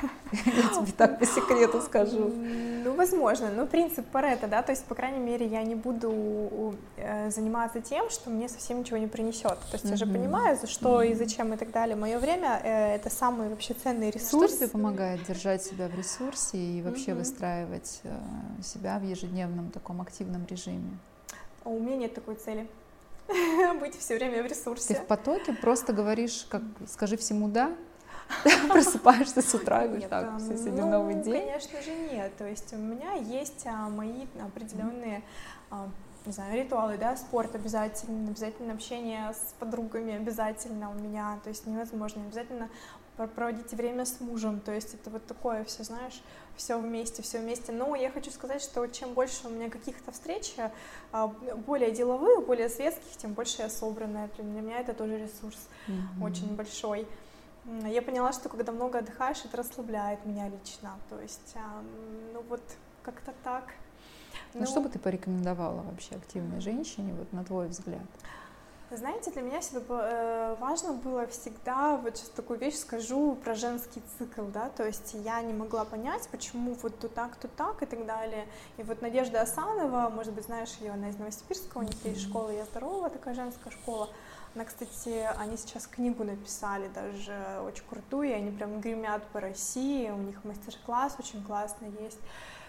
Я тебе так по секрету скажу. Ну, возможно. Ну, принцип Парето, да, то есть, по крайней мере, я не буду э, заниматься тем, что мне совсем ничего не принесет. То есть я же Мгм. понимаю, за что и Мгм. зачем и так далее. Мое время э, это самый вообще ценный Что ресурс. тебе помогает держать себя в ресурсе и вообще Мгм. выстраивать э, себя в ежедневном таком активном режиме? А у меня нет такой цели. Быть все время в Ты ресурсе. в потоке просто говоришь, как скажи всему «да», просыпаешься с утра и говоришь: Нет, так, а, все, сегодня ну, новый день. конечно же, нет. То есть у меня есть а, мои определенные, а, не знаю, ритуалы, да, спорт обязательно, обязательно общение с подругами обязательно у меня, то есть невозможно, обязательно про- проводить время с мужем, то есть это вот такое все, знаешь, все вместе, все вместе. Но я хочу сказать, что чем больше у меня каких-то встреч, а, более деловых, более светских, тем больше я собранная. Для меня это тоже ресурс Мгм. очень большой. М, Я поняла, что когда много отдыхаешь, это расслабляет меня лично. То есть, а, ну вот как-то так. Ну, что бы ты порекомендовала вообще активной женщине, вот на твой взгляд? Знаете, для меня всегда было, э, важно было всегда, вот сейчас такую вещь скажу про женский цикл, да, то есть я не могла понять, почему вот то так, то так и так далее. И вот Надежда Асанова, может быть, знаешь ее, она из Новосибирска, у них есть школа «Я здорова», такая женская школа. Она, кстати, они сейчас книгу написали даже очень крутую, и они прям гремят по России, у них мастер-класс очень классный есть.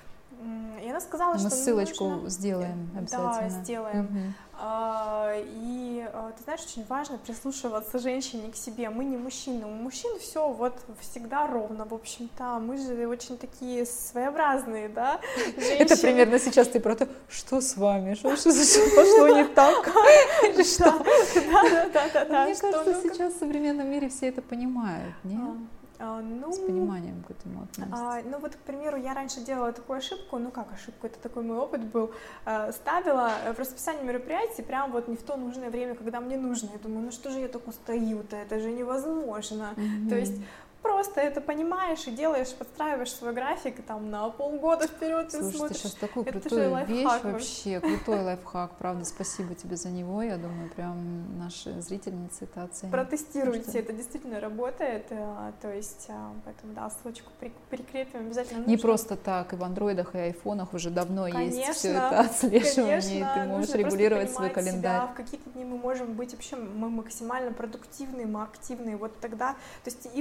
М, И она сказала, Мы что ссылочку нужно... сделаем обязательно. Да, сделаем. Мгм. А, И а, ты знаешь, очень важно прислушиваться женщине к себе. Мы не мужчины. У мужчин все вот всегда ровно, в общем-то. Мы же очень такие своеобразные, да? Это женщины. примерно сейчас ты про то, что с вами, что, что, что пошло не так, или что? Да, да, да, да, да. Мне что, кажется, ну, как- сейчас в современном мире все это понимают, не? А, а, ну, С пониманием к этому относятся. А, ну вот, к примеру, я раньше делала такую ошибку, ну как ошибку, это такой мой опыт был, э, ставила в расписание мероприятий прям вот не в то нужное время, когда мне нужно. Я думаю, ну что же я так устаю-то, это же невозможно. То есть просто это понимаешь и делаешь, подстраиваешь свой график и там на полгода вперед ты Слушай, ты смотришь. сейчас такую Это же крутую лайфхак вещь вообще. вообще, крутой лайфхак, правда, спасибо тебе за него, я думаю, прям наши зрительницы это оценят. Протестируйте, Потому что это действительно работает, э, то есть, э, поэтому, да, ссылочку при- прикрепим обязательно. Не нужно. просто так, и в андроидах, и айфонах уже давно есть Конечно, все это отслеживание, конечно, и ты можешь нужно регулировать просто свой понимать календарь. себя, в какие-то дни мы можем быть вообще мы максимально продуктивные, мы активные, вот тогда, то есть и вы просто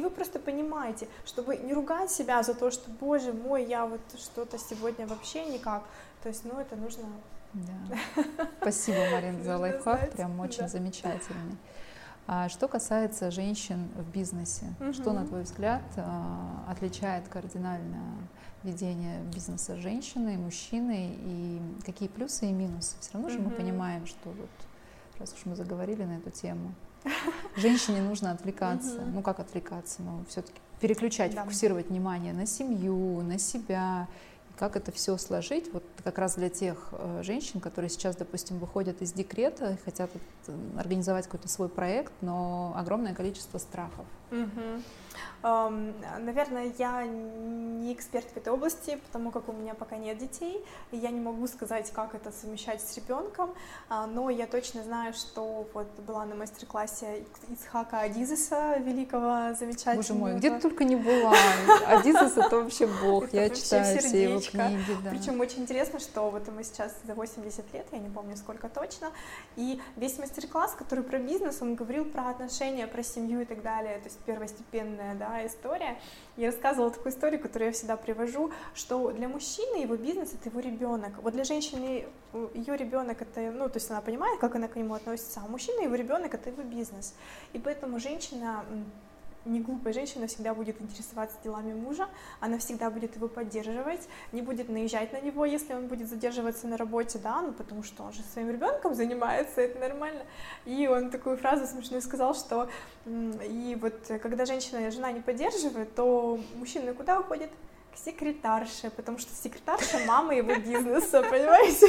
понимаете, чтобы не ругать себя за то, что, боже мой, я вот что-то сегодня вообще никак. То есть, ну, это нужно... Да. Спасибо, Марина, за лайфхак, прям очень да. замечательный. А что касается женщин в бизнесе, угу. что, на твой взгляд, отличает кардинально ведение бизнеса женщины и мужчины, и какие плюсы и минусы? Все равно же угу. мы понимаем, что вот, раз уж мы заговорили на эту тему, женщине нужно отвлекаться. Ну, как отвлекаться? Ну, все-таки переключать, да. фокусировать внимание на семью, на себя. Как это все сложить, вот как раз для тех э, женщин, которые сейчас, допустим, выходят из декрета и хотят организовать какой-то свой проект, но огромное количество страхов. Mm-hmm. Um, наверное, я не эксперт в этой области, потому как у меня пока нет детей, и я не могу сказать, как это совмещать с ребенком, uh, но я точно знаю, что вот была на мастер-классе Ицхака Адизеса, великого, замечательного. Боже мой, где ты только не была, Адизес — это вообще бог, я читаю все его книги. Причем очень интересно, что вот ему сейчас за восемьдесят лет, я не помню сколько точно, и весь мастер-класс, который про бизнес, он говорил про отношения, про семью и так далее, то есть первостепенная, да, история. Я рассказывала такую историю, которую я всегда привожу, что для мужчины его бизнес — это его ребенок. Вот для женщины ее ребенок — это, ну, то есть она понимает, как она к нему относится, а мужчина — его ребенок — это его бизнес. И поэтому женщина, не глупая женщина, всегда будет интересоваться делами мужа, она всегда будет его поддерживать, не будет наезжать на него, если он будет задерживаться на работе, да, ну, потому что он же своим ребенком занимается, это нормально. И он такую фразу смешную сказал, что и вот когда женщина, жена не поддерживает, то мужчина куда уходит? К секретарше, потому что секретарша — мама его бизнеса, понимаете?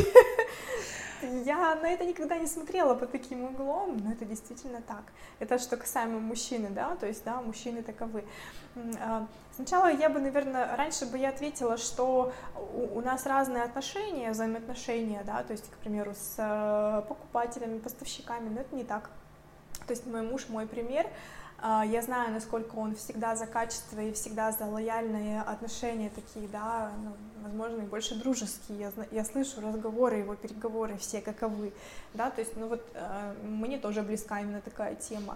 Я на это никогда не смотрела под таким углом, но это действительно так. Это что касаемо мужчины, да, то есть, да, мужчины таковы. Сначала я бы, наверное, раньше бы я ответила, что у нас разные отношения, взаимоотношения, да, то есть, к примеру, с покупателями, поставщиками, но это не так. То есть мой муж, мой пример. Я знаю, насколько он всегда за качество и всегда за лояльные отношения такие, да, ну, возможно, и больше дружеские. Я, я слышу разговоры, его переговоры все каковы, да, то есть, ну вот мне тоже близка именно такая тема.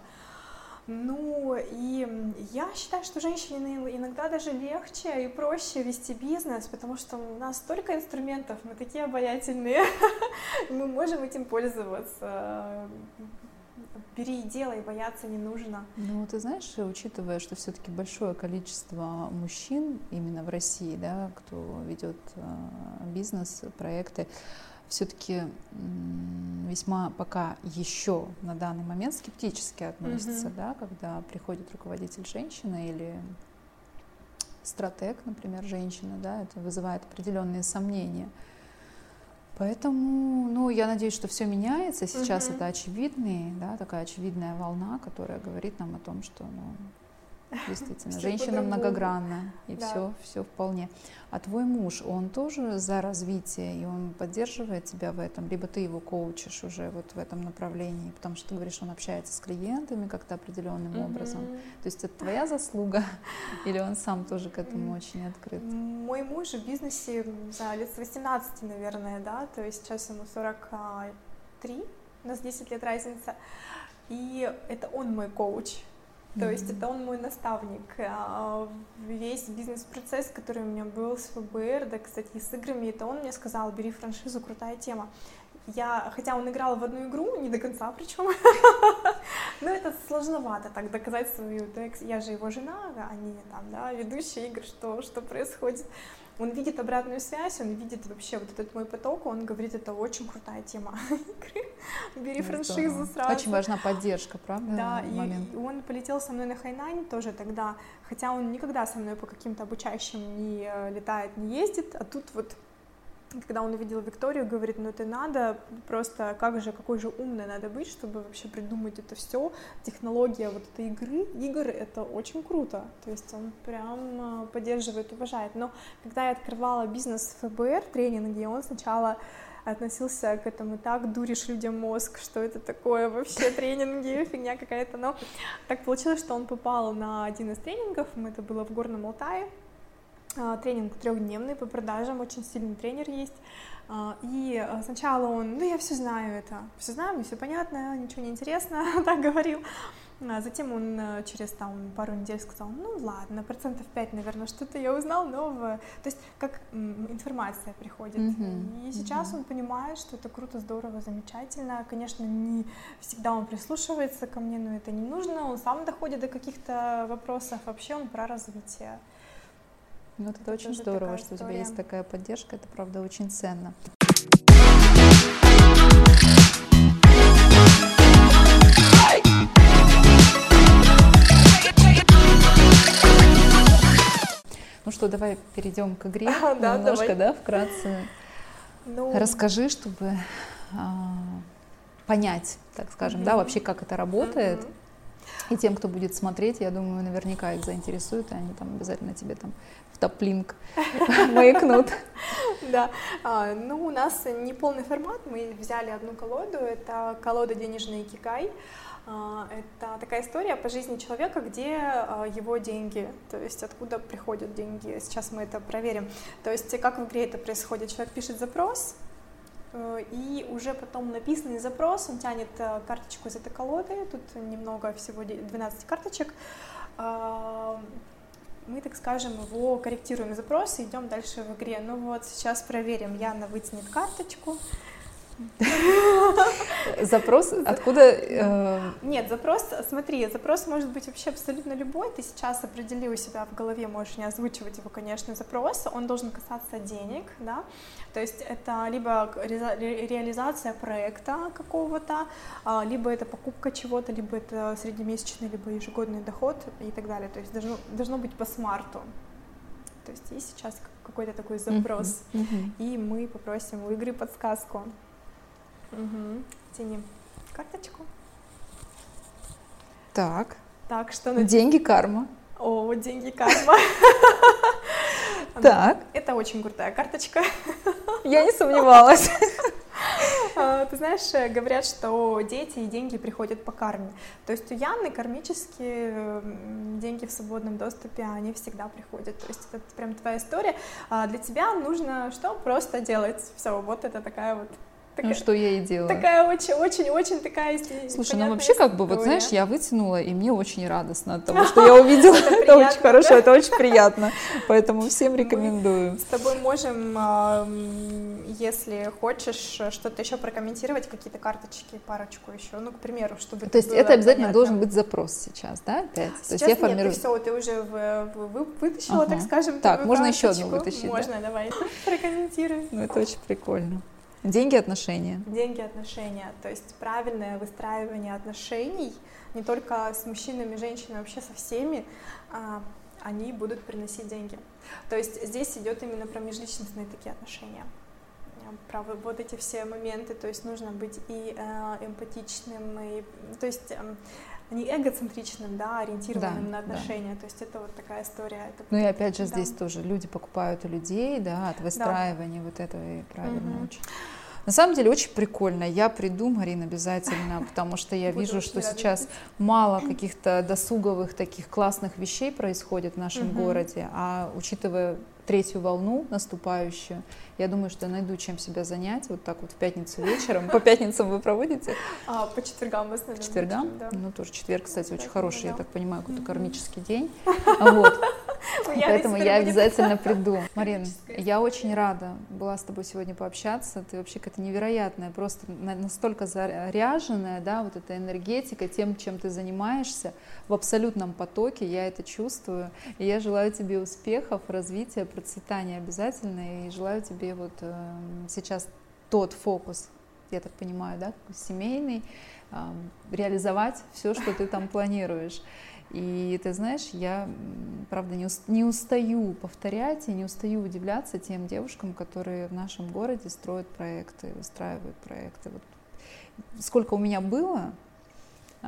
Ну, и я считаю, что женщине иногда даже легче и проще вести бизнес, потому что у нас столько инструментов, мы такие обаятельные, мы можем этим пользоваться. Бери и делай, бояться не нужно. Ну, ты знаешь, учитывая, что все-таки большое количество мужчин именно в России, да, кто ведет э, бизнес, проекты, все-таки м- весьма пока еще на данный момент скептически относятся, mm-hmm. да, когда приходит руководитель женщина или стратег, например, женщина, да, это вызывает определенные сомнения. Поэтому, ну, я надеюсь, что все меняется. Сейчас uh-huh. это очевидный, да, такая очевидная волна, которая говорит нам о том, что, ну, действительно, женщина многогранна, и да. все, все вполне. А твой муж, он тоже за развитие, и он поддерживает тебя в этом, либо ты его коучишь уже вот в этом направлении, потому что ты говоришь, он общается с клиентами как-то определенным uh-huh. образом. То есть это твоя заслуга, или он сам тоже к этому очень открыт? Мой муж в бизнесе за лет с восемнадцати, наверное, да, то есть сейчас ему сорок три, у нас десять лет разница, и это он мой коуч. То есть это он мой наставник. Весь бизнес-процесс, который у меня был с ФБР, да, кстати, и с играми, это он мне сказал: бери франшизу, крутая тема. Я, хотя он играл в одну игру, не до конца причем, но это сложновато так доказать свою, я же его жена, а не там, да, ведущая игр, что, что происходит. Он видит обратную связь, он видит вообще вот этот мой поток, он говорит, это очень крутая тема игры, бери ну, франшизу сразу. Очень важна поддержка, правда? Да, и, и он полетел со мной на Хайнань тоже тогда, хотя он никогда со мной по каким-то обучающим не летает, не ездит, а тут вот, когда он увидел Викторию, говорит, ну это надо, просто как же, какой же умной надо быть, чтобы вообще придумать это все, технология вот этой игры, игр, это очень круто, то есть он прям поддерживает, уважает, но когда я открывала бизнес в ФБР, тренинги, он сначала относился к этому так, дуришь людям мозг, что это такое вообще, тренинги, фигня какая-то, но так получилось, что он попал на один из тренингов, это было в Горном Алтае, тренинг трехдневный по продажам, очень сильный тренер есть, и сначала он, ну я все знаю это, все знаю, мне все понятно, ничего не интересно, так говорил, А затем он через там пару недель сказал, ну ладно, процентов пять, наверное, что-то я узнал новое. То есть как информация приходит. Mm-hmm. И сейчас mm-hmm. он понимает, что это круто, здорово, замечательно. Конечно, не всегда он прислушивается ко мне, но это не нужно. Он сам доходит до каких-то вопросов. Вообще он про развитие. Ну, это, это очень здорово, что история. У тебя есть такая поддержка. Это, правда, очень ценно. Ну что, давай перейдем к игре. А, да, немножко, давай. Да, вкратце. Ну... Расскажи, чтобы а, понять, так скажем, mm-hmm. да, вообще, как это работает. Mm-hmm. И тем, кто будет смотреть, я думаю, наверняка их заинтересует, и они там обязательно тебе там в топ-линк маякнут. Да, ну у нас не полный формат, мы взяли одну колоду, это колода «Денежный икигай». Это такая история по жизни человека, где его деньги, то есть откуда приходят деньги. Сейчас мы это проверим. То есть как в игре это происходит? Человек пишет запрос, и уже потом написанный запрос, он тянет карточку из этой колоды, тут немного, всего двенадцать карточек. Мы, так скажем, его корректируем запрос и идем дальше в игре. Ну вот, сейчас проверим. Яна вытянет карточку. Запрос откуда? Э... Нет, запрос, смотри, запрос может быть вообще абсолютно любой. Ты сейчас определи у себя в голове, можешь не озвучивать его, конечно, запрос. Он должен касаться денег, да. То есть это либо ре- реализация проекта какого-то, либо это покупка чего-то, либо это среднемесячный, либо ежегодный доход и так далее. То есть должно, должно быть по смарту. То есть есть сейчас какой-то такой запрос, mm-hmm. и мы попросим у игры подсказку. Угу. Тяни карточку. Так. Так, что на... Деньги карма. О, деньги карма. Так. Это очень крутая карточка. Я не сомневалась. Ты знаешь, говорят, что дети и деньги приходят по карме. То есть у Яны кармические деньги в свободном доступе, они всегда приходят. То есть это прям твоя история. Для тебя нужно что? Просто делать. Все, вот это такая вот. Такая, ну, что я и делаю. Такая очень-очень-очень такая. Слушай, ну вообще как бы, вот знаешь, я вытянула, и мне очень радостно от того, что я увидела. Это очень хорошо, это очень приятно. Поэтому всем рекомендую. С тобой можем, если хочешь, что-то еще прокомментировать, какие-то карточки, парочку еще, ну, к примеру, чтобы... То есть это обязательно должен быть запрос сейчас, да, опять? Сейчас нет, все, ты уже вытащила, так скажем. Так, можно еще одну вытащить? Можно, давай, прокомментируй. Ну, это очень прикольно. Деньги, отношения. Деньги, отношения. То есть правильное выстраивание отношений не только с мужчинами, женщинами, вообще со всеми, а, они будут приносить деньги. То есть здесь идет именно про межличностные такие отношения. Про вот эти все моменты. То есть нужно быть и э, эмпатичным, и, то есть э, не эгоцентричным, да, ориентированным да, на отношения. Да. То есть это вот такая история. Это, ну и опять же да. здесь тоже люди покупают у людей, да, от выстраивания да. вот этого и правильно угу. очень. На самом деле очень прикольно. Я приду, Марина, обязательно, потому что я вижу, что сейчас мало каких-то досуговых таких классных вещей происходит в нашем угу. городе, а учитывая третью волну наступающую, я думаю, что я найду чем себя занять вот так вот в пятницу вечером. По пятницам вы проводите? А, по четвергам в основном. По четвергам? Да. Ну, тоже четверг, кстати, очень хороший, я так понимаю, какой-то кармический день. Вот. Поэтому я обязательно приду. Марин, я очень рада была с тобой сегодня пообщаться. Ты вообще какая-то невероятная, просто настолько заряженная, да, вот эта энергетика, тем, чем ты занимаешься, в абсолютном потоке, я это чувствую. И я желаю тебе успехов, развития, процветания обязательно, и желаю тебе вот э, сейчас тот фокус, я так понимаю, да, семейный, э, реализовать все, что ты там планируешь. И ты знаешь, я, правда, не, уст, не устаю повторять и не устаю удивляться тем девушкам, которые в нашем городе строят проекты, выстраивают проекты. Вот сколько у меня было э,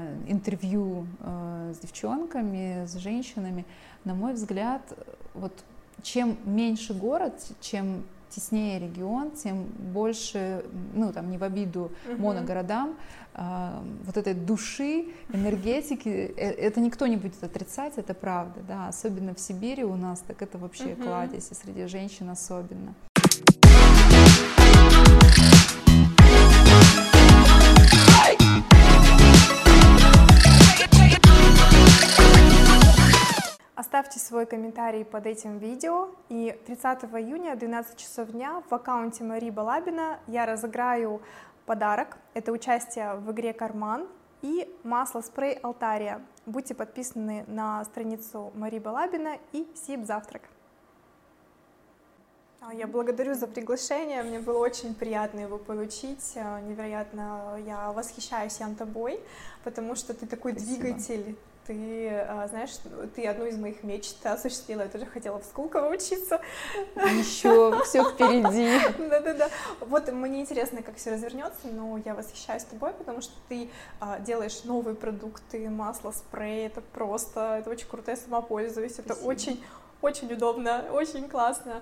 интервью э, с девчонками, с женщинами, на мой взгляд, вот чем меньше город, чем теснее регион, тем больше, ну там не в обиду uh-huh. моногородам, э, вот этой души, энергетики, э, это никто не будет отрицать, это правда, да, особенно в Сибири у нас, так это вообще uh-huh. кладезь, и среди женщин особенно. Оставьте свой комментарий под этим видео, и тридцатого июня в двенадцать часов дня в аккаунте Марии Балабина я разыграю подарок. Это участие в игре «Карман» и масло-спрей «Алтария». Будьте подписаны на страницу Марии Балабина и СИП «Завтрак». Я благодарю за приглашение, мне было очень приятно его получить, невероятно, я восхищаюсь, Ян, тобой, потому что ты такой Спасибо. Двигатель, ты, знаешь, ты одну из моих мечт осуществила, я тоже хотела в Сколково учиться. Еще все впереди. Да-да-да, вот мне интересно, как все развернется, но я восхищаюсь тобой, потому что ты а, делаешь новые продукты, масло, спрей, это просто, это очень круто, я сама пользуюсь, это Спасибо. очень... Очень удобно, очень классно,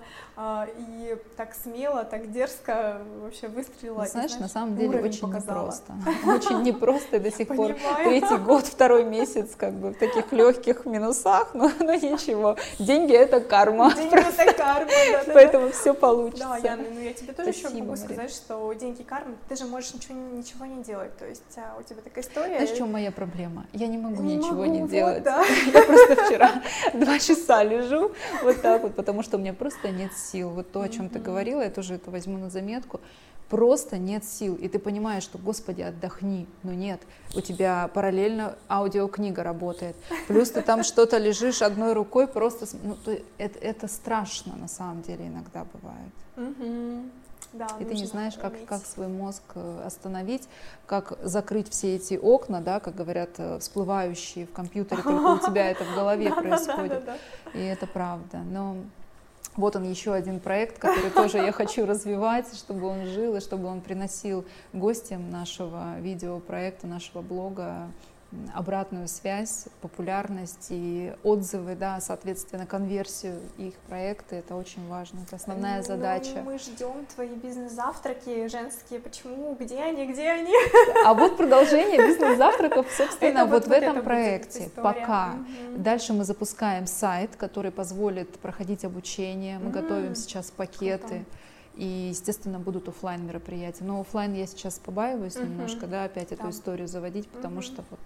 и так смело, так дерзко вообще выстрелила. Ну, знаешь, и, знаешь, на самом деле очень показала. непросто. Очень непросто до сих пор. Понимаю. Третий год, второй месяц, как бы в таких легких минусах, но, но ничего. Деньги это карма. Деньги это карма, да, да. Поэтому все получится. Да, Яна, ну я тебе тоже Спасибо, еще могу Мария. сказать, что деньги карма, ты же можешь ничего, ничего не делать. То есть а, у тебя такая история. Знаешь, в чем моя проблема? Я не могу Не ничего могу, не вот, делать. да. Я просто вчера два часа лежу вот так вот, потому что у меня просто нет сил. Вот то, о чем ты говорила, я тоже это возьму на заметку. Просто нет сил. И ты понимаешь, что, Господи, отдохни. Но нет, у тебя параллельно аудиокнига работает. Плюс ты там что-то лежишь одной рукой, просто... Ну, то, это, это страшно на самом деле иногда бывает. Угу. Да, И ты не знаешь, как, уметь. как свой мозг остановить, как закрыть все эти окна, да, как говорят, всплывающие в компьютере, только у тебя это в голове происходит. И это правда. Но вот он еще один проект, который тоже я хочу развивать, чтобы он жил и чтобы он приносил гостям нашего видеопроекта, нашего блога обратную связь, популярность и отзывы, да, соответственно, конверсию их проекта. Это очень важно, это основная ну, задача. Мы ждем твои бизнес-завтраки женские. Почему? Где они? Где они? А вот продолжение бизнес-завтраков, собственно, Это вот, вот в вот этом это проекте будет история. пока. Мгм. Дальше мы запускаем сайт, который позволит проходить обучение. Мы М, готовим сейчас пакеты. круто. И, естественно, будут оффлайн мероприятия. Но оффлайн я сейчас побаиваюсь Мгм. немножко, да, опять эту Да. историю заводить, потому Мгм. что вот,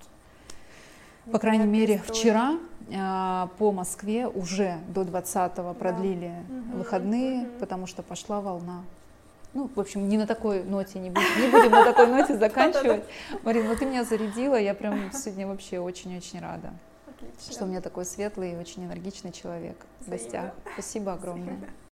по крайней Непонятная мере, история. вчера а, по Москве уже до двадцатого Да. продлили Мгм, выходные, мгм. потому что пошла волна. Ну, в общем, не на такой ноте, не будем, не будем на такой ноте заканчивать. Марина, ну ты меня зарядила, я прям сегодня вообще очень-очень рада, Отлично. что у меня такой светлый и очень энергичный человек в гостях. Спасибо огромное. Взаимно.